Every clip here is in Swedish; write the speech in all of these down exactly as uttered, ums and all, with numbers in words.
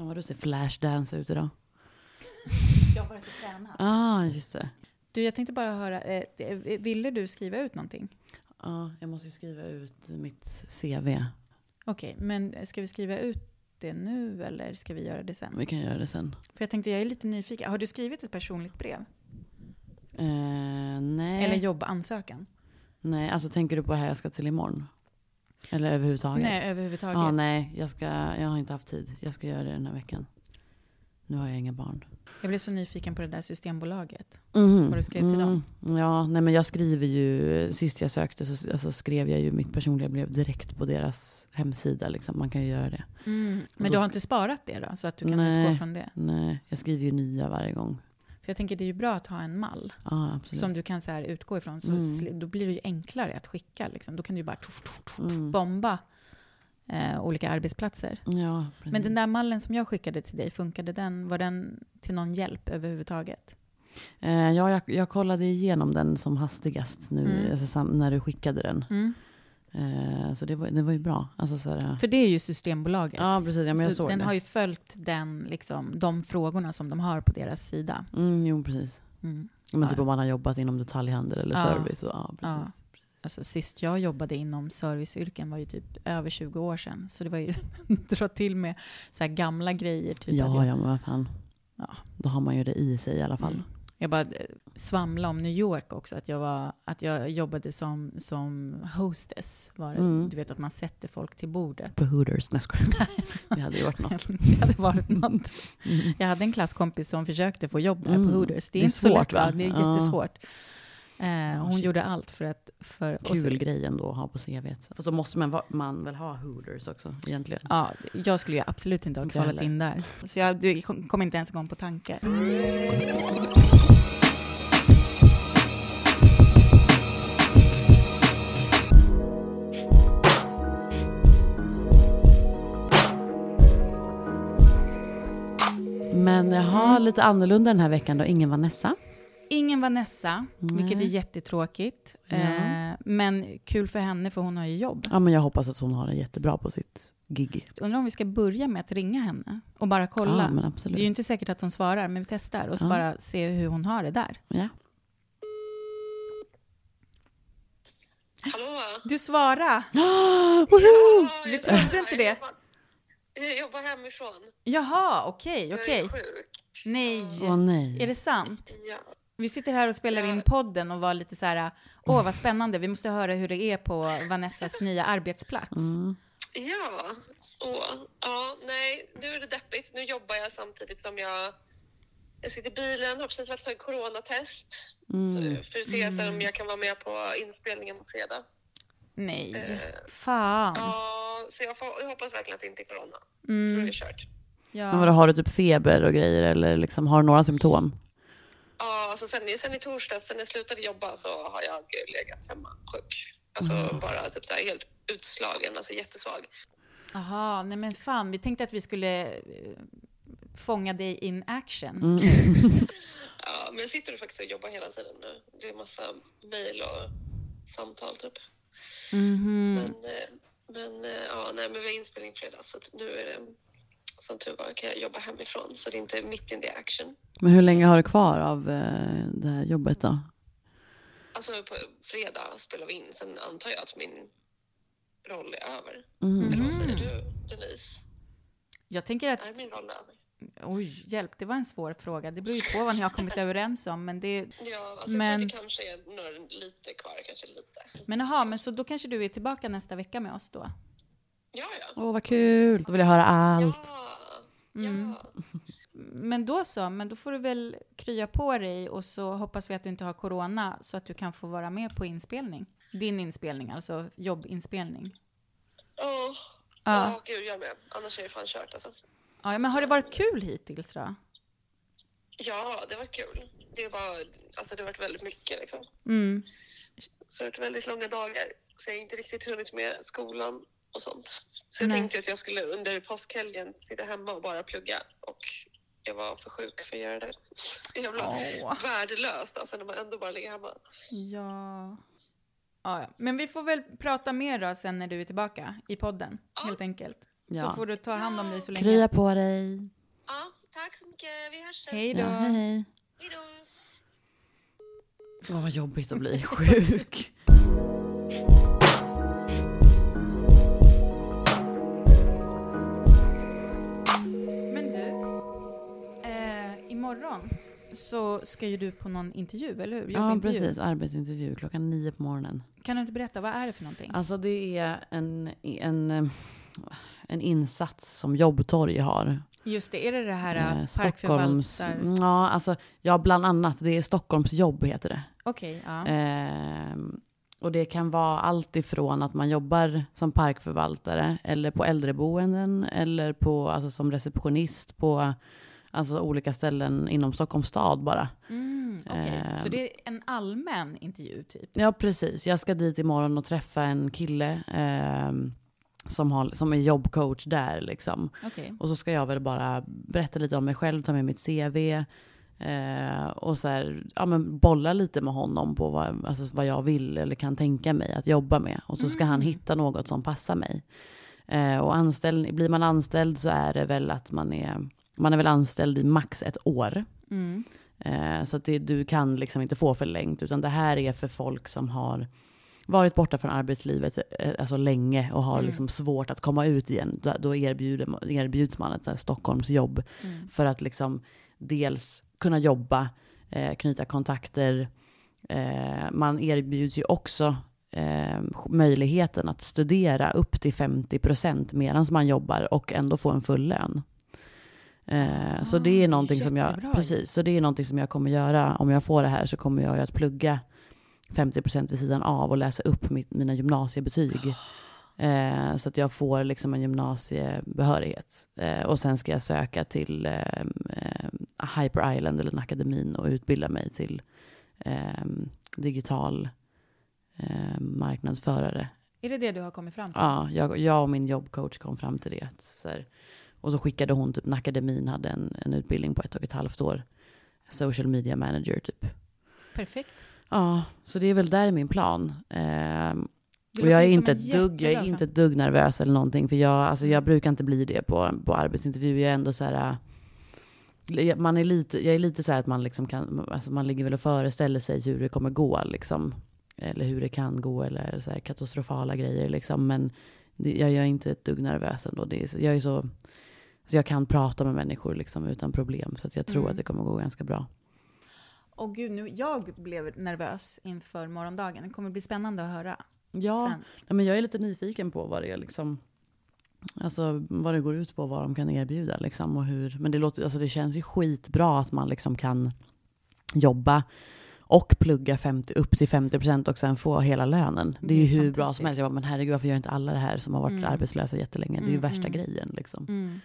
Fan vad du ser Flashdance ut idag. Jag har varit och tränat. Ah, just det. Du, jag tänkte bara höra, eh, ville du skriva ut någonting? Ja, jag måste ju skriva ut mitt C V. Okej, men ska vi skriva ut det nu eller ska vi göra det sen? Vi kan göra det sen. För jag tänkte, jag är lite nyfiken. Har du skrivit ett personligt brev? Eh, nej. Eller jobbansökan? Nej, alltså tänker du på det här jag ska till imorgon? Eller överhuvudtaget? Nej, överhuvudtaget. Ja, nej. Jag, ska, jag har inte haft tid. Jag ska göra det den här veckan. Nu har jag inga barn. Jag blev så nyfiken på det där Systembolaget. Mm. Vad du skrev till dem? Ja, nej men jag skriver ju, sist jag sökte så alltså, skrev jag ju mitt personliga brev direkt på deras hemsida. Liksom. Man kan ju göra det. Mm. Men då du har sk- inte sparat det då? Så att du kan Nej. utgå från det? Nej, jag skriver ju nya varje gång. För jag tänker det är ju bra att ha en mall. Ja, absolut. Som du kan så här utgå ifrån. Så Mm. sli- då blir det ju enklare att skicka. Liksom. Då kan du ju bara tuff, tuff, tuff, Mm. bomba eh, olika arbetsplatser. Ja, precis. Men den där mallen som jag skickade till dig, funkade den? Var den till någon hjälp överhuvudtaget? Eh, ja, jag, jag kollade igenom den som hastigast nu Mm. alltså, sam, när du skickade den. Mm. Eh, så det var, det var ju bra. Alltså, så här, För det är ju Systembolaget. ja, precis. Ja, men jag så såg den det. har ju följt den, liksom, de frågorna som de har på deras sida. Mm, jo, precis. Mm. Men Ja. typ om man har jobbat inom detaljhandel eller Ja. service. Och, ja, precis. Ja. Alltså, sist jag jobbade inom serviceyrken var ju typ över tjugo år sedan. Så det var ju dra till med så här gamla grejer. Typ Ja, att jag, ja, men vad fan. Ja. Då har man ju det i sig i alla fall. Mm. Jag bara eh, svamla om New York också. Att jag, var, att jag jobbade som, som hostess. Var det, Mm. Du vet att man sätter folk till bordet. På Hooters, nej skojar. Det hade ju varit något. Det hade varit något. Mm. Jag hade en klasskompis som försökte få jobb där Mm. på Hooters. Det är, Det är inte så svårt, lätt, va? va? Det är Ja. jättesvårt. Eh, hon shit. gjorde allt för att... För, och Kul så- grej ändå att ha på C V. För så måste man, va- man väl ha Hooters också egentligen. Ja, jag skulle ju absolut inte ha Inte kvalat heller. in där. Så jag det kom kom inte ens igång på tanke. Men jag har lite annorlunda den här veckan då. Ingen Vanessa. Ingen Vanessa, Nej. vilket är jättetråkigt. Ja. Eh, men kul för henne för hon har ju jobb. Ja, men jag hoppas att hon har det jättebra på sitt gig. Undrar om vi ska börja med att ringa henne och bara kolla. Ja, men absolut. Det är ju inte säkert att hon svarar, men vi testar och så Ja. bara se hur hon har det där. Ja. Hallå? Du svarar! Woho! Vi trodde inte det. Jag jobbar, jag jobbar hemifrån. Jaha, okej, Jag okej. är sjuk. Nej, Åh nej. är det sant? Ja. Vi sitter här och spelar in podden och var lite så här, åh vad spännande, vi måste höra hur det är på Vanessas nya arbetsplats. Mm. Ja. Åh. Ja, nej, nu är det deppigt. Nu jobbar jag samtidigt som jag... Jag sitter i bilen, har precis varit tagit coronatest. Mm. Så för att se sen om jag kan vara med på inspelningen på fredag. Nej, Eh, fan. Ja, så jag, får, jag hoppas verkligen att det inte är corona. För då är Mm, det kört. Men vadå, ja. har du typ feber och grejer eller liksom, har du några symptom? Ja, alltså sen, sen i torsdags, sen jag slutade jobba så har jag legat hemma sjuk. Alltså Mm. bara typ så här helt utslagen, alltså jättesvag. Jaha, nej men fan, vi tänkte att vi skulle eh, fånga dig in action. Mm. Ja, men jag sitter faktiskt och jobbar hela tiden nu. Det är massa mejl och samtal typ. Mhm. Men, eh, men eh, ja, nej, men vi har inspelning fredag så att nu är det som tur var kan jag jobba hemifrån så det är inte mitt in the action. Men hur länge har du kvar av eh, det här jobbet då? Alltså på fredag spelar vi in, sen antar jag att min roll är över. Mm. Eller vad säger du, Denise? Jag tänker att, Är min roll över? oj, hjälp, det var en svår fråga. Det beror ju på vad ni har kommit överens om, men det, Ja, alltså Men- jag tror det kanske är några, lite kvar, kanske lite. men aha, men så då kanske du är tillbaka nästa vecka med oss då? Ja, ja. Åh, vad kul. Då vill jag höra allt. Ja, Mm. ja. Men då så, men då får du väl krya på dig och så hoppas vi att du inte har corona så att du kan få vara med på inspelning. Din inspelning, alltså jobbinspelning. Åh, Ja. ja, gud, jag med. Annars är det fan kört alltså. Ja, men har det varit kul hittills då? Ja, det var kul. Det var, alltså det har varit väldigt mycket liksom. Mm. Så det har varit väldigt långa dagar. Så jag har inte riktigt hunnit med skolan och sånt. Så jag Nej. tänkte att jag skulle under påskhelgen sitta hemma och bara plugga. Och jag var för sjuk för att göra det. Så jävla Åh. värdelöst alltså när man ändå bara ligger hemma. Ja. Ja, ja. Men vi får väl prata mer då sen när du är tillbaka i podden, Ja. helt enkelt. Ja. Så får du ta hand om dig så länge. Krya på dig. Ja, tack så mycket. Vi hörs sen. Hej då. Ja, hej. Hej då. Åh, vad jobbigt att bli sjuk. Men du, eh, imorgon så ska ju du på någon intervju, eller hur? Ja, Jobbintervju. precis. Arbetsintervju klockan nio på morgonen. Kan du inte berätta, vad är det för någonting? Alltså det är en, en, eh, en insats som Jobbtorg har. Just det, är det det här Eh, eh, Stockholms... parkförvaltar... Ja, alltså, ja, bland annat. Det är Stockholms jobb heter det. Okej, ja. Eh, och det kan vara allt ifrån att man jobbar som parkförvaltare eller på äldreboenden eller på, alltså som receptionist på alltså olika ställen inom Stockholms stad bara. Mm, okej. eh, Så det är en allmän intervju typ? Ja, precis. Jag ska dit imorgon och träffa en kille eh, som, har, som är jobbcoach där. Liksom. Okej. Och så ska jag väl bara berätta lite om mig själv, ta med mitt C V eh, och så här, ja, men bolla lite med honom på vad, alltså vad jag vill eller kan tänka mig att jobba med. Och så ska Mm. han hitta något som passar mig. Eh, och anställ, blir man anställd så är det väl att man är, man är väl anställd i max ett år. Mm. Eh, så att det, du kan liksom inte få förlängt, utan det här är för folk som har varit borta från arbetslivet eh, alltså länge och har Mm. liksom svårt att komma ut igen. Då, då erbjuder, erbjuds man ett så här Stockholmsjobb Mm. för att liksom dels kunna jobba, eh, knyta kontakter. Eh, man erbjuds ju också eh, möjligheten att studera upp till femtio procent medan man jobbar och ändå få en full lön. Eh, Ah, så det är någonting som jag jättebra. precis, så det är någonting som jag kommer göra om jag får det här, så kommer jag ju att plugga femtio procent vid sidan av och läsa upp mitt, mina gymnasiebetyg. Eh, så att jag får liksom en gymnasiebehörighet. Eh, och sen ska jag söka till eh, eh, Hyper Island eller en akademin och utbilda mig till eh, digital eh, marknadsförare. Är det det du har kommit fram till? Ja, jag, jag och min jobbcoach kom fram till det. Att, så här, och så skickade hon, typ, akademin hade en, en utbildning på ett och ett halvt år. Social media manager typ. Perfekt. Ja, så det är väl där min plan. Eh, Det och låter jag är, ju som inte en ett dugg, jag är jättebra inte plan. ett dugg nervös eller någonting. För jag, alltså, jag brukar inte bli det på, på arbetsintervju. Jag är ändå så här... äh, Man är lite, jag är lite så här att man liksom kan... Alltså man ligger väl och föreställer sig hur det kommer gå. Liksom. Eller hur det kan gå. Eller så här katastrofala grejer. Liksom. Men det, jag, jag är inte ett dugg nervös ändå. Det är, så- jag är så... Så jag kan prata med människor liksom, utan problem. Så att jag tror Mm. att det kommer gå ganska bra. Och gud, nu, jag blev nervös inför morgondagen. Det kommer bli spännande att höra Ja, sen. ja, men jag är lite nyfiken på vad det är liksom, alltså vad det går ut på, vad de kan erbjuda liksom, och hur, men det låter, alltså det känns ju skitbra att man liksom kan jobba och plugga femtio, upp till femtio procent och sen få hela lönen. Det är ju Det är hur bra som fantastiskt. helst. Jag bara, men herregud, varför gör inte alla det här som har varit Mm. arbetslösa jättelänge? Det är ju Mm, värsta mm. grejen liksom. Mm.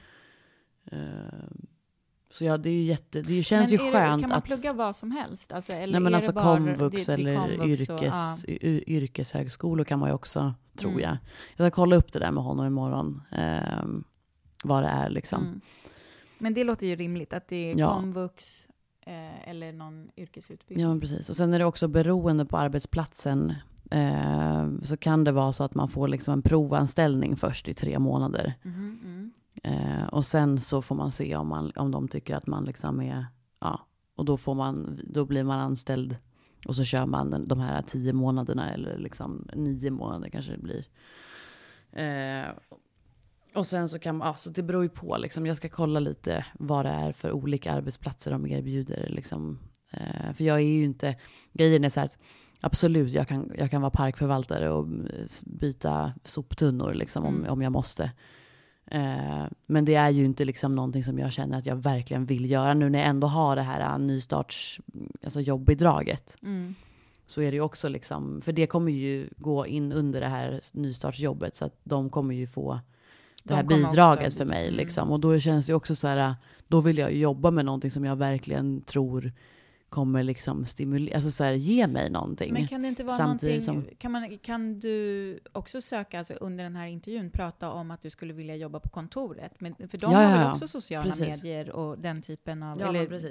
Eh, så ja, det är ju jätte, det känns Men ju är skönt det, kan man att... plugga vad som helst? Alltså, eller Nej, men är alltså det bara, komvux det- det är eller komvux och- yrkes, ja. y- yrkeshögskolor kan man ju också, tror Mm. jag. Jag ska kolla upp det där med honom imorgon. ehm, vad det är liksom. Mm. Men det låter ju rimligt att det är Ja. komvux eh, eller någon yrkesutbildning. Ja, men precis. Och sen är det också beroende på arbetsplatsen. Eh, så kan det vara så att man får liksom en provanställning först i tre månader. Mhm, mm. Eh, och sen så får man se om, man, om de tycker att man liksom är... Ja, och då, får man, då blir man anställd. Och så kör man den, de här tio månaderna eller liksom nio månader kanske det blir. Eh, och sen så kan man... Alltså det beror ju på. Liksom. Jag ska kolla lite vad det är för olika arbetsplatser de erbjuder. Liksom. Eh, för jag är ju inte... Grejen är så här att absolut, jag kan, jag kan vara parkförvaltare och byta soptunnor liksom, om, Mm. om jag måste. Eh, men det är ju inte liksom någonting som jag känner att jag verkligen vill göra. Nu när jag ändå har det här uh, nystarts, alltså jobbbidraget, Mm. så är det ju också liksom, för det kommer ju gå in under det här nystartsjobbet, så att de kommer ju få det De här kommer bidraget också- för mig. mm. Liksom. Och då känns det också så här, uh, då vill jag jobba med någonting som jag verkligen tror kommer liksom stimulera, alltså så här, ge mig någonting. Men kan det inte vara Samtidigt någonting, som- kan, man, kan du också söka, alltså under den här intervjun, prata om att du skulle vilja jobba på kontoret? Men, för de Ja, har ja, väl ja. också sociala Precis. medier och den typen av... Ja, eller, men precis.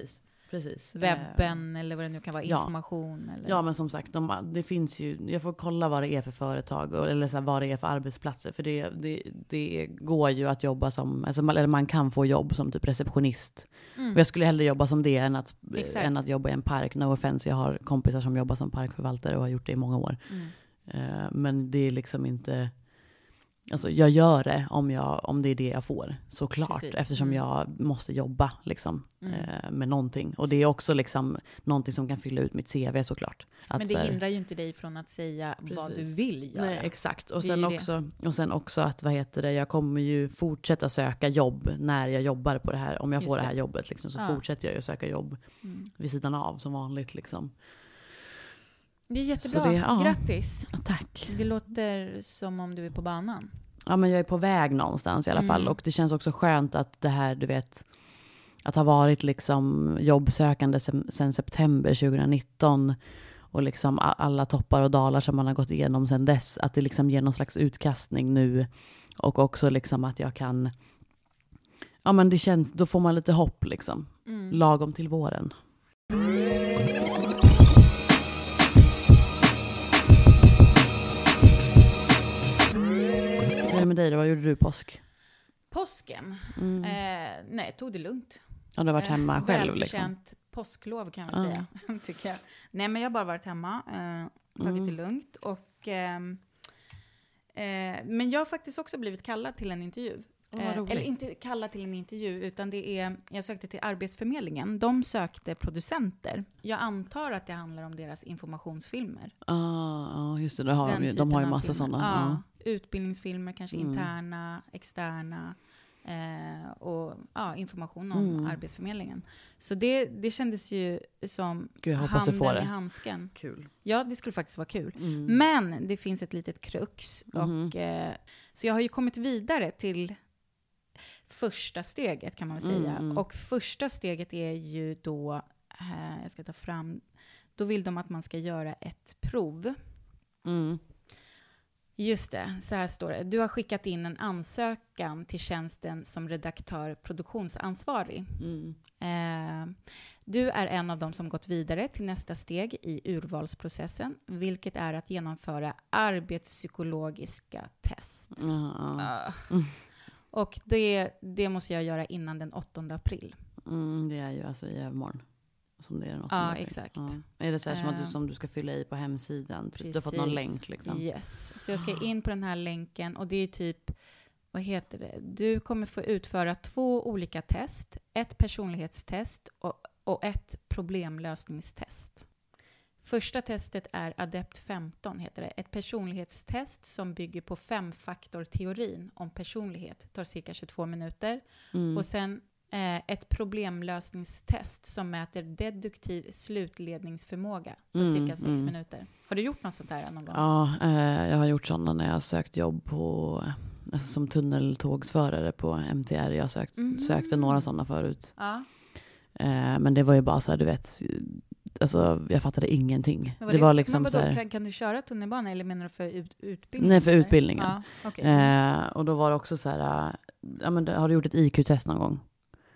Precis. webben eh, eller vad det nu kan vara, information. Ja, eller? ja men som sagt, de, det finns ju, jag får kolla vad det är för företag och, eller så här, vad det är för arbetsplatser. För det, det, det går ju att jobba som, alltså, eller man kan få jobb som typ receptionist. Mm. Och jag skulle hellre jobba som det än att, än att jobba i en park. No offense, jag har kompisar som jobbar som parkförvaltare och har gjort det i många år. Mm. Uh, men det är liksom inte... Alltså jag gör det om, jag, om det är det jag får, såklart. Precis. Eftersom mm. jag måste jobba liksom, mm. eh, med någonting. Och det är också liksom någonting som kan fylla ut mitt C V såklart. Att, men det så här, hindrar ju inte dig från att säga Precis. Vad du vill göra. Nej, exakt. Och sen, också, och sen också att, vad heter det, jag kommer ju fortsätta söka jobb när jag jobbar på det här. Om jag Just får det. det här jobbet liksom, så ja. fortsätter jag ju söka jobb mm. vid sidan av som vanligt liksom. Det är jättebra. Det, ja. Grattis. Ja, tack. Det låter som om du är på banan. Ja, men jag är på väg någonstans i alla mm. fall. Och det känns också skönt att det här, du vet, att ha varit liksom jobbsökande sen, sen september tjugonitton och liksom alla toppar och dalar som man har gått igenom sen dess. Att det liksom ger någon slags utkastning nu. Och också liksom att jag kan... Ja, men det känns... Då får man lite hopp liksom. Mm. Lagom till våren. Med dig då, vad gjorde du påsk? Påsken? Mm. Eh, nej, tog det lugnt. Ja, du har varit hemma eh, själv liksom. Påsklov kan man uh. säga, tycker jag. Nej, men jag har bara varit hemma, eh, tagit mm. det lugnt. Och, eh, eh, men jag har faktiskt också blivit kallad till en intervju. Oh, eh, eller inte kallad till en intervju, utan det är, jag sökte till Arbetsförmedlingen. De sökte producenter. Jag antar att det handlar om deras informationsfilmer. Ja, ah, just det. De har, de har ju massa sådana. Ja. Ah. Utbildningsfilmer, kanske mm. interna, externa eh, och ja, information om mm. Arbetsförmedlingen. Så det, det kändes ju som Gud, jag handen få det. i handsken. Kul. Ja, det skulle faktiskt vara kul. Mm. Men det finns ett litet krux. Mm. Och, eh, så jag har ju kommit vidare till första steget kan man väl säga. Mm. Och första steget är ju då, eh, jag ska ta fram, då vill de att man ska göra ett prov. Mm. Just det, så här står det. Du har skickat in en ansökan till tjänsten som redaktör produktionsansvarig. Mm. Eh, du är en av dem som gått vidare till nästa steg i urvalsprocessen, vilket är att genomföra arbetspsykologiska test. Mm. Uh. Mm. Och det, det måste jag göra innan den åttonde april. Mm, det är ju alltså i övermorgon. Som det är något ja, exakt. Ja. Är det så här som, att du, som du ska fylla i på hemsidan? Precis. Du har fått någon länk liksom. Yes. Så jag ska in på den här länken och det är typ, vad heter det? Du kommer få utföra två olika test. Ett personlighetstest och, och ett problemlösningstest. Första testet är Adept femton heter det. Ett personlighetstest som bygger på femfaktorteorin om personlighet. Tar cirka tjugotvå minuter. Mm. Och sen ett problemlösningstest som mäter deduktiv slutledningsförmåga på mm, cirka sex mm. minuter. Har du gjort något sånt här någon gång? Ja, eh, jag har gjort sådana när jag har sökt jobb på, alltså som tunneltågsförare på M T R. Jag sökt, mm. sökte några sådana förut. Ja. Eh, men det var ju bara så här, du vet, alltså jag fattade ingenting. Var det det, var liksom men så här, kan, kan du köra tunnelbana eller menar du för ut, utbildning? Nej, för eller? utbildningen. Ja, okay. eh, och då var det också så här, ja, men har du gjort ett I Q-test någon gång?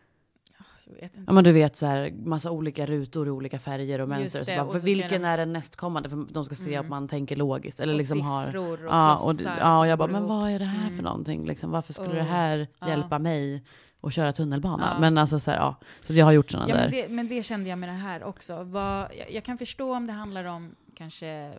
Ja, men du vet så här, massa olika rutor i olika färger och mönster. Det, så bara, för så vilken de... är den nästkommande? För de ska se mm. att man tänker logiskt. Eller och liksom har, och ja, och, ja, och jag bara, men vad är det här mm. för någonting? Liksom, varför skulle oh. det här hjälpa ja. mig att köra tunnelbana? Ja. Men alltså så här, ja. Så jag har gjort sådana ja, där. Men det, men det kände jag med det här också. Vad, jag, jag kan förstå om det handlar om kanske...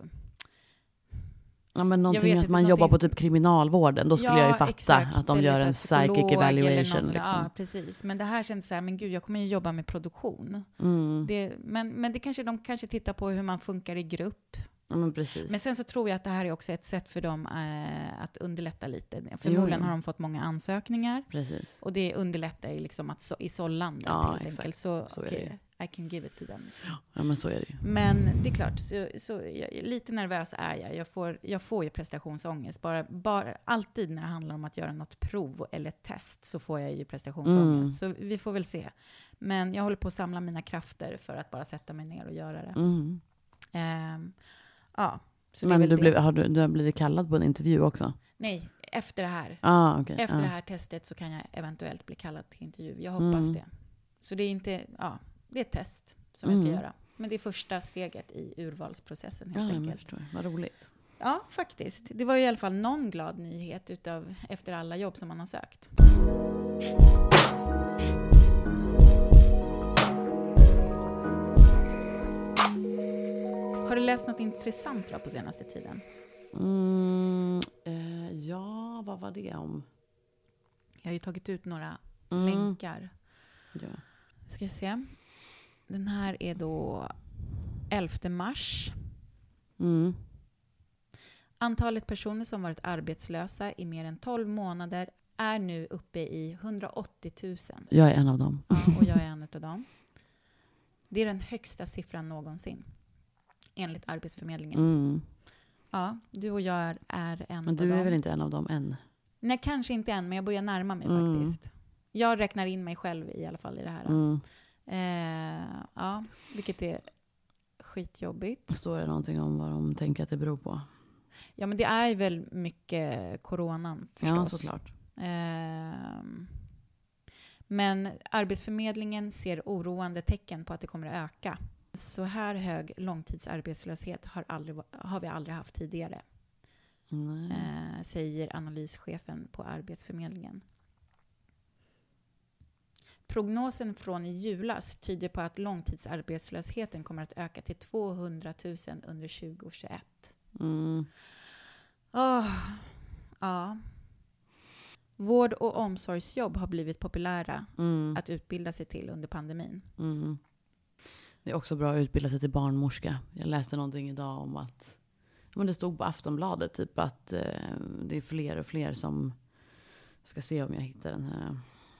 Ja, men någonting att man jobbar på typ kriminalvården, då skulle ja, jag ju fatta exakt. Att de eller gör en psychic evaluation. Liksom. Ja, precis. Men det här känns så här, men gud, jag kommer ju jobba med produktion. Mm. Det, men men det kanske, de kanske tittar på hur man funkar i grupp. Ja, men precis. Men sen så tror jag att det här är också ett sätt för dem eh, att underlätta lite. Förmodligen jo, jo. har de fått många ansökningar. Precis. Och det underlättar ju liksom att så, i sållandet ja, helt exakt. enkelt. Så, så okay, I can give it to them. Ja, men så är det ju. Men det är klart, så, så jag, lite nervös är jag. Jag får, jag får ju prestationsångest. Bara, bara, alltid när det handlar om att göra något prov eller test så får jag ju prestationsångest. Mm. Så vi får väl se. Men jag håller på att samla mina krafter för att bara sätta mig ner och göra det. Mm. Um, ja. Så men det du, det. Blev, har du, du har blivit kallad på en intervju också? Nej, efter det här. Ah, okay. Efter ah. det här testet så kan jag eventuellt bli kallad till intervju. Jag hoppas mm. det. Så det är inte, ja. det är ett test som jag ska Mm. göra. Men det är första steget i urvalsprocessen helt Ja, jag enkelt. förstår. Vad roligt. Ja, faktiskt. Det var i alla fall någon glad nyhet utav, efter alla jobb som man har sökt. Har du läst något intressant då på senaste tiden? Mm, eh, ja, vad var det om? Jag har ju tagit ut några Mm. länkar. Ja. Ska se. Den här är då elfte mars. Mm. Antalet personer som varit arbetslösa i mer än tolv månader är nu uppe i hundraåttio tusen. Jag är en av dem. Ja, och jag är en av dem. Det är den högsta siffran någonsin, enligt Arbetsförmedlingen. Mm. Ja, du och jag är, är en Men av du dem. är väl inte en av dem än? Nej, kanske inte än, men jag börjar närma mig Mm. faktiskt. Jag räknar in mig själv i alla fall i det här. Mm. Eh, ja, vilket är skitjobbigt. Står det någonting om vad de tänker att det beror på? Ja, men det är väl mycket coronan förstås. Ja, såklart. Eh, men Arbetsförmedlingen ser oroande tecken på att det kommer att öka. Så här hög långtidsarbetslöshet har, aldrig, har vi aldrig haft tidigare, Nej. eh, säger analyschefen på Arbetsförmedlingen. Prognosen från i julas tyder på att långtidsarbetslösheten kommer att öka till tvåhundratusen under tjugohundratjugoett. Mm. Oh, ja. Vård- och omsorgsjobb har blivit populära Mm. att utbilda sig till under pandemin. Mm. Det är också bra att utbilda sig till barnmorska. Jag läste någonting idag om att, men det stod på Aftonbladet typ att eh, det är fler och fler som, ska se om jag hittar den här.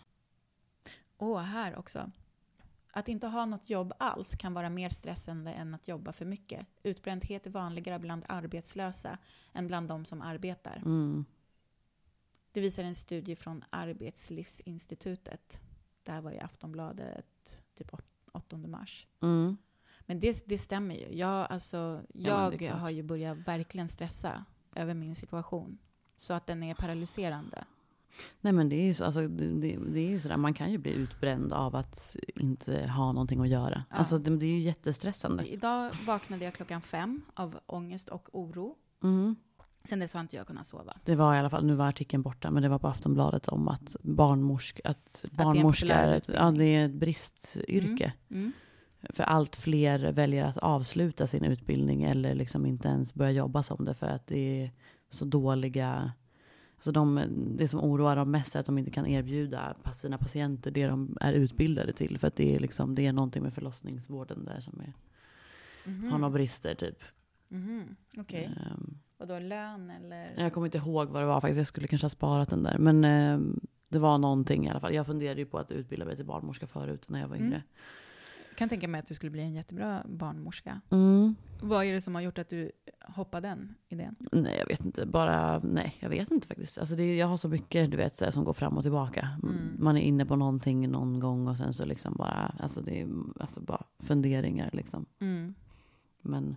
Och här också. Att inte ha något jobb alls kan vara mer stressande än att jobba för mycket. Utbrändhet är vanligare bland arbetslösa än bland de som arbetar. Mm. Det visar en studie från Arbetslivsinstitutet. Det här var i Aftonbladet typ åttonde mars. Mm. Men det, det stämmer ju. Jag, alltså, Ja, men jag det är klart. har ju börjat verkligen stressa över min situation. Så att den är paralyserande. Nej, men det är ju så, alltså, det, det, det är ju sådär, man kan ju bli utbränd av att inte ha någonting att göra. Ja. Alltså det, det är ju jättestressande. Idag vaknade jag klockan fem av ångest och oro. Mm. Sen dess har inte jag kunnat sova. Det var i alla fall, nu var artikeln borta, men det var på Aftonbladet om att barnmorsk, att en barnmorska är, ett, populär ja, det är ett bristyrke. Mm. Mm. För allt fler väljer att avsluta sin utbildning eller liksom inte ens börja jobba som det för att det är så dåliga. Alltså de, det som oroar dem mest är att de inte kan erbjuda sina patienter det de är utbildade till. För att det är, liksom, det är någonting med förlossningsvården där som är, Mhm. har några brister typ. Mhm. Okej. Um, Och då lön eller? jag kommer inte ihåg vad det var faktiskt. Jag skulle kanske ha sparat den där. Men um, det var någonting i alla fall. Jag funderade ju på att utbilda mig till barnmorska förut när jag var Mm. yngre. Jag kan tänka mig att du skulle bli en jättebra barnmorska. Mm. Vad är det som har gjort att du hoppade den idén? Nej, jag vet inte. Bara, nej, jag vet inte faktiskt. Alltså det, jag har så mycket, du vet, så här, som går fram och tillbaka. Mm. Man är inne på någonting någon gång och sen så liksom bara, alltså det är alltså bara funderingar liksom. Mm. Men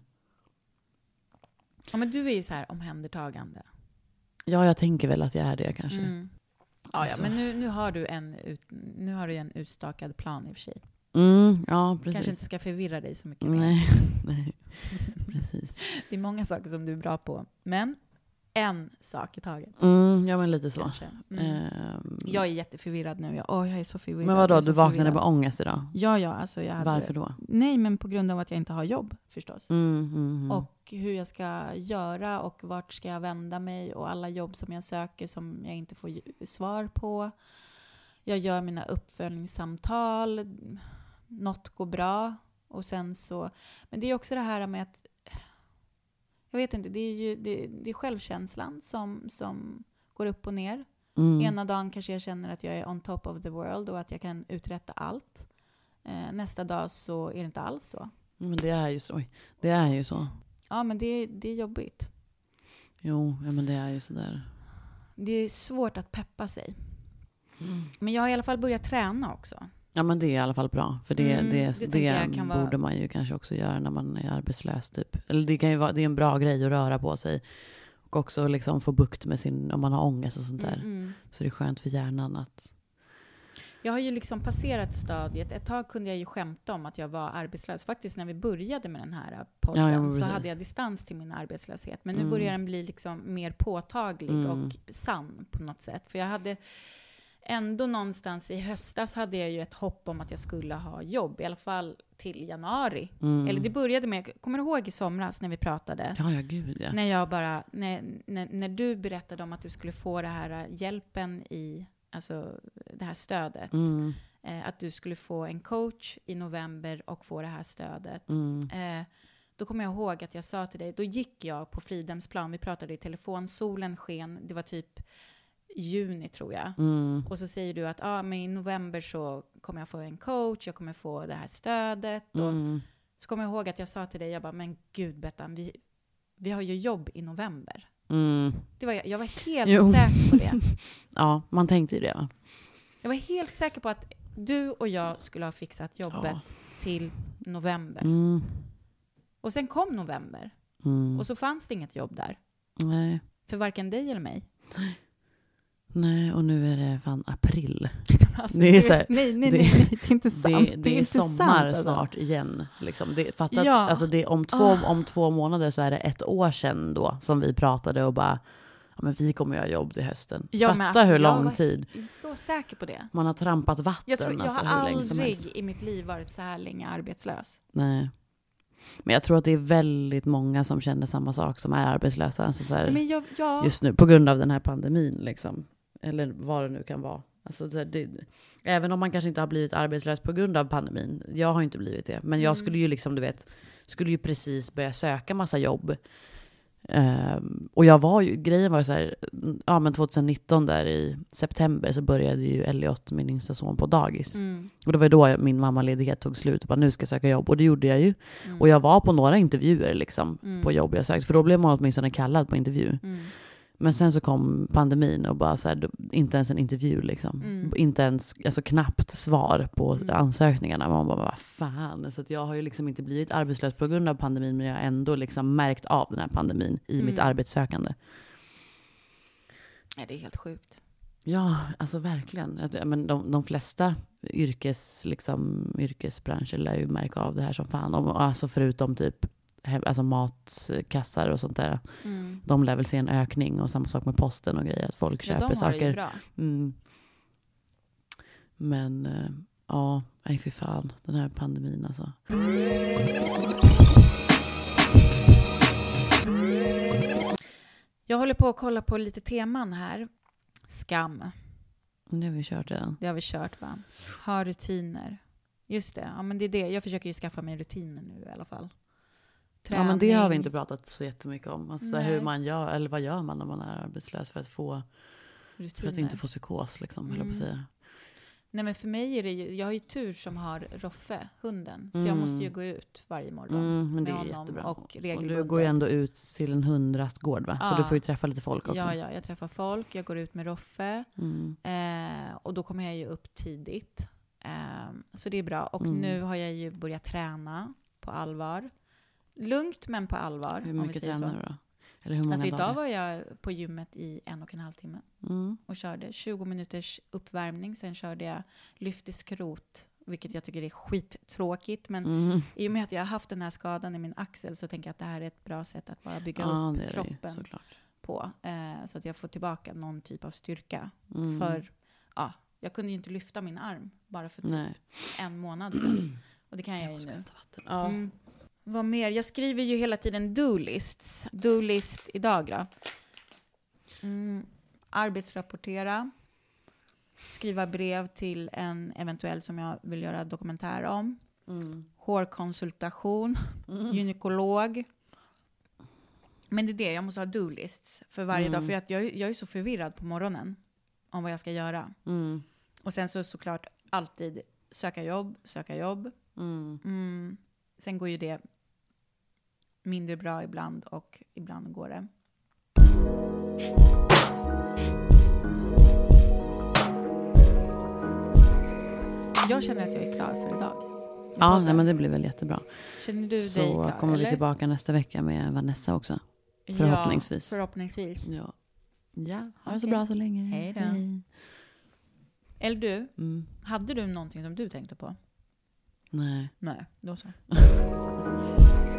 Ja, men du är ju så här omhändertagande. ja, jag tänker väl att jag är det kanske. Mm. Ja, ja, Alltså. men nu, nu, har du en ut, nu har du en utstakad plan i och för sig. Mm, ja, precis. Kanske inte ska förvirra dig så mycket mer. Nej, nej, precis. Det är många saker som du är bra på. Men en sak i taget. Mm, ja, men lite så. Kanske. Mm. Ehm, Jag är jätteförvirrad nu. Jag, åh, jag är så förvirrad. men vadå, Jag är så du vaknade förvirrad. med ångest idag? Ja, ja. Alltså jag hade, Varför då? Nej, men på grund av att jag inte har jobb förstås. Mm, mm, mm. Och hur jag ska göra och vart ska jag vända mig och alla jobb som jag söker som jag inte får ju- svar på. Jag gör mina uppföljningssamtal. Något går bra. Och sen så... Men det är också det här med att... Jag vet inte, det är ju det, det är självkänslan som, som går upp och ner. Mm. Ena dagen kanske jag känner att jag är on top of the world och att jag kan uträtta allt. Eh, nästa dag så är det inte alls så. Men det är ju så. Oj, det är ju så. Ja, men det, det är jobbigt. Jo, ja, men det är ju sådär. Det är svårt att peppa sig. Mm. Men jag har i alla fall börjat träna också. Ja, men det är i alla fall bra. För det, Mm, det, det det, tänker jag kan borde vara- man ju kanske också göra när man är arbetslös typ. Eller det kan ju vara, det är en bra grej att röra på sig. Och också liksom få bukt med sin, om man har ångest och sånt där. Mm, mm. Så det är skönt för hjärnan att... Jag har ju liksom passerat stadiet. Ett tag kunde jag ju skämta om att jag var arbetslös. Faktiskt när vi började med den här podden Ja, ja, så hade jag distans till min arbetslöshet. Men nu Mm. börjar den bli liksom mer påtaglig Mm. och sann på något sätt. För jag hade ändå någonstans i höstas hade jag ju ett hopp om att jag skulle ha jobb. I alla fall till januari. Mm. Eller det började med, kommer du ihåg i somras när vi pratade? Ja, ja, gud ja. När jag bara, när, när, när du berättade om att du skulle få det här hjälpen i, alltså det här stödet. Mm. Eh, att du skulle få en coach i november och få det här stödet. Mm. Eh, då kommer jag ihåg att jag sa till dig, då gick jag på Fridhemsplan, vi pratade i telefon, solen sken, det var typ juni tror jag. Mm. Och så säger du att ah, men i november så kommer jag få en coach, jag kommer få det här stödet. Och Mm. så kommer jag ihåg att jag sa till dig, jag bara, men gud Bettan, vi, vi har ju jobb i november. Mm. Det var, jag, jag var helt Jo. säker på det. Ja, man tänkte ju det, va? Jag var helt säker på att du och jag skulle ha fixat jobbet Ja. till november. Mm. Och sen kom november. Mm. Och så fanns det inget jobb där. Nej. För varken dig eller mig. Nej, och nu är det fan april. Alltså, Det är så här- nej, nej, det- nej, nej, det är inte sant. Det, det är inte sommar sant, alltså. snart igen. Liksom. Det, fatta att, Ja. alltså det, om, två, Ah. om två månader så är det ett år sedan då som vi pratade och bara, ja, men vi kommer göra jobb till hösten. Ja, Fatta men alltså, hur jag lång var tid. så säker på det. Man har trampat vatten Jag, tror, jag alltså, har hur länge som helst. aldrig i mitt liv varit så här länge arbetslös. Nej. Men jag tror att det är väldigt många som känner samma sak som är arbetslösa. Alltså så här, Men jag, ja, just nu, på grund av den här pandemin. Liksom. Eller vad det nu kan vara. Alltså det, det, även om man kanske inte har blivit arbetslös på grund av pandemin. Jag har inte blivit det. Men jag Mm. skulle ju liksom, du vet, skulle ju precis börja söka massa jobb. Um, och jag var ju, grejen var ju så här, ja men tjugonitton där i september så började ju Elliot, min yngsta son, på dagis. mm, Och det var ju då jag, min mammaledighet tog slut och bara, nu ska jag söka jobb. Och det gjorde jag ju. mm, Och jag var på några intervjuer liksom, Mm. på jobb jag sökt. För då blev man åtminstone kallad på intervju. mm, Men sen så kom pandemin och bara så här, då- inte ens en intervju liksom. Mm. Inte ens, alltså knappt svar på Mm. ansökningarna. Man bara, vad fan. Så att jag har ju liksom inte blivit arbetslös på grund av pandemin, men jag har ändå liksom märkt av den här pandemin i Mm. mitt arbetssökande. Nej, det är helt sjukt. Ja, alltså verkligen. Att- Men de, de flesta yrkes, liksom, yrkesbranscher lär ju märka av det här som fan. Om, alltså förutom typ he- alltså matkassar och sånt där. Mm. De lär väl se en ökning, och samma sak med posten och grejer. Att folk Ja, köper de har det ju saker. bra. Mm. Men eh, ja, nej fy fan. Den här pandemin alltså. Jag håller på att kolla på lite teman här. Skam, Nu har vi kört redan. det har vi kört va? Ha rutiner. Just det, ja men det är det. Jag försöker ju skaffa mig rutiner nu i alla fall. Ja, men det har vi Träning. inte pratat så jättemycket om. Alltså Nej. hur man gör, eller vad gör man när man är arbetslös för att få, för Rutiner. att inte få psykos liksom, höll jag på att Mm. säga. Nej men för mig är det ju, jag har ju tur som har Roffe, hunden. Så Mm. jag måste ju gå ut varje morgon Mm, men det med är honom jättebra. och Och regelbundet. du går ju ändå ut till en hundrastgård va? Så Ja. du får ju träffa lite folk också. Ja, ja, jag träffar folk, jag går ut med Roffe. Mm. Eh, och då kommer jag ju upp tidigt. Eh, så det är bra. Och Mm. nu har jag ju börjat träna på allvar. Lugnt men på allvar. Hur om vi mycket säger tränar så. du då? Eller hur många Alltså idag dagar? var jag på gymmet i en och en halv timme Mm. och körde tjugo minuters uppvärmning. Sen körde jag lyft i skrot, vilket jag tycker är skittråkigt. Men Mm. i och med att jag har haft den här skadan i min axel så tänker jag att det här är ett bra sätt att bara bygga Ja, upp det är det ju, kroppen såklart. på. Eh, så att jag får tillbaka någon typ av styrka. Mm. För ja, jag kunde ju inte lyfta min arm bara för typ Nej. en månad sedan. Och det kan jag ju ska nu. ta vatten. Ja. Mm. Vad mer? Jag skriver ju hela tiden do-lists. Do-list idag då. Mm. Arbetsrapportera. Skriva brev till en eventuell som jag vill göra dokumentär om. Mm. Hårkonsultation. Mm. Gynekolog. Men det är det, jag måste ha do-lists för varje Mm. dag. För att jag, jag är så förvirrad på morgonen om vad jag ska göra. Mm. Och sen så såklart alltid söka jobb, söka jobb. Mm. Mm. Sen går ju det mindre bra ibland och ibland går det. Jag känner att jag är klar för idag. Ja, nej, men det blir väl jättebra. Känner du dig Så klar? kommer vi eller? tillbaka nästa vecka med Vanessa också. förhoppningsvis. Ja, förhoppningsvis. Ja, ja ha det så Okej. bra så länge. Hej då. Eller du, Mm. hade du någonting som du tänkte på? Nej. Nej, då så.